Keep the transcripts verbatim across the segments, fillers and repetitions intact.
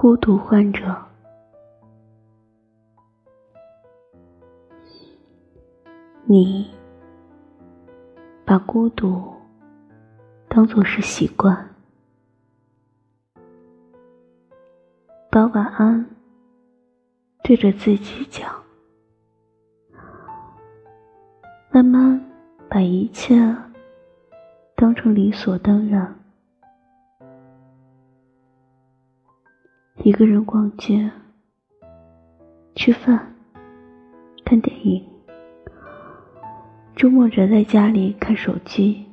孤独患者。你把孤独当作是习惯，把晚安对着自己讲，慢慢把一切当成理所当然。一个人逛街、吃饭、看电影，周末宅在家里看手机，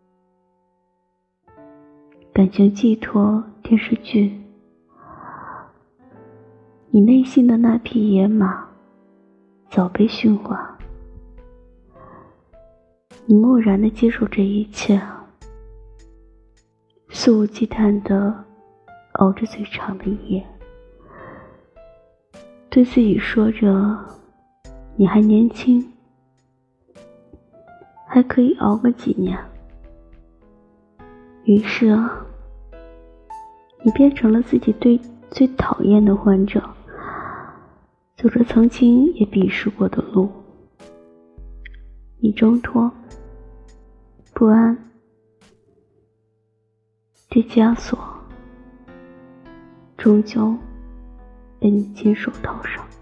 感情寄托电视剧。你内心的那匹野马早被驯化，你漠然地接受这一切，肆无忌惮地熬着最长的夜，对自己说着你还年轻，还可以熬个几年。于是啊，你变成了自己最最讨厌的患者，走着曾经也鄙视过的路。你挣脱不安，这枷锁终究被你亲手套上。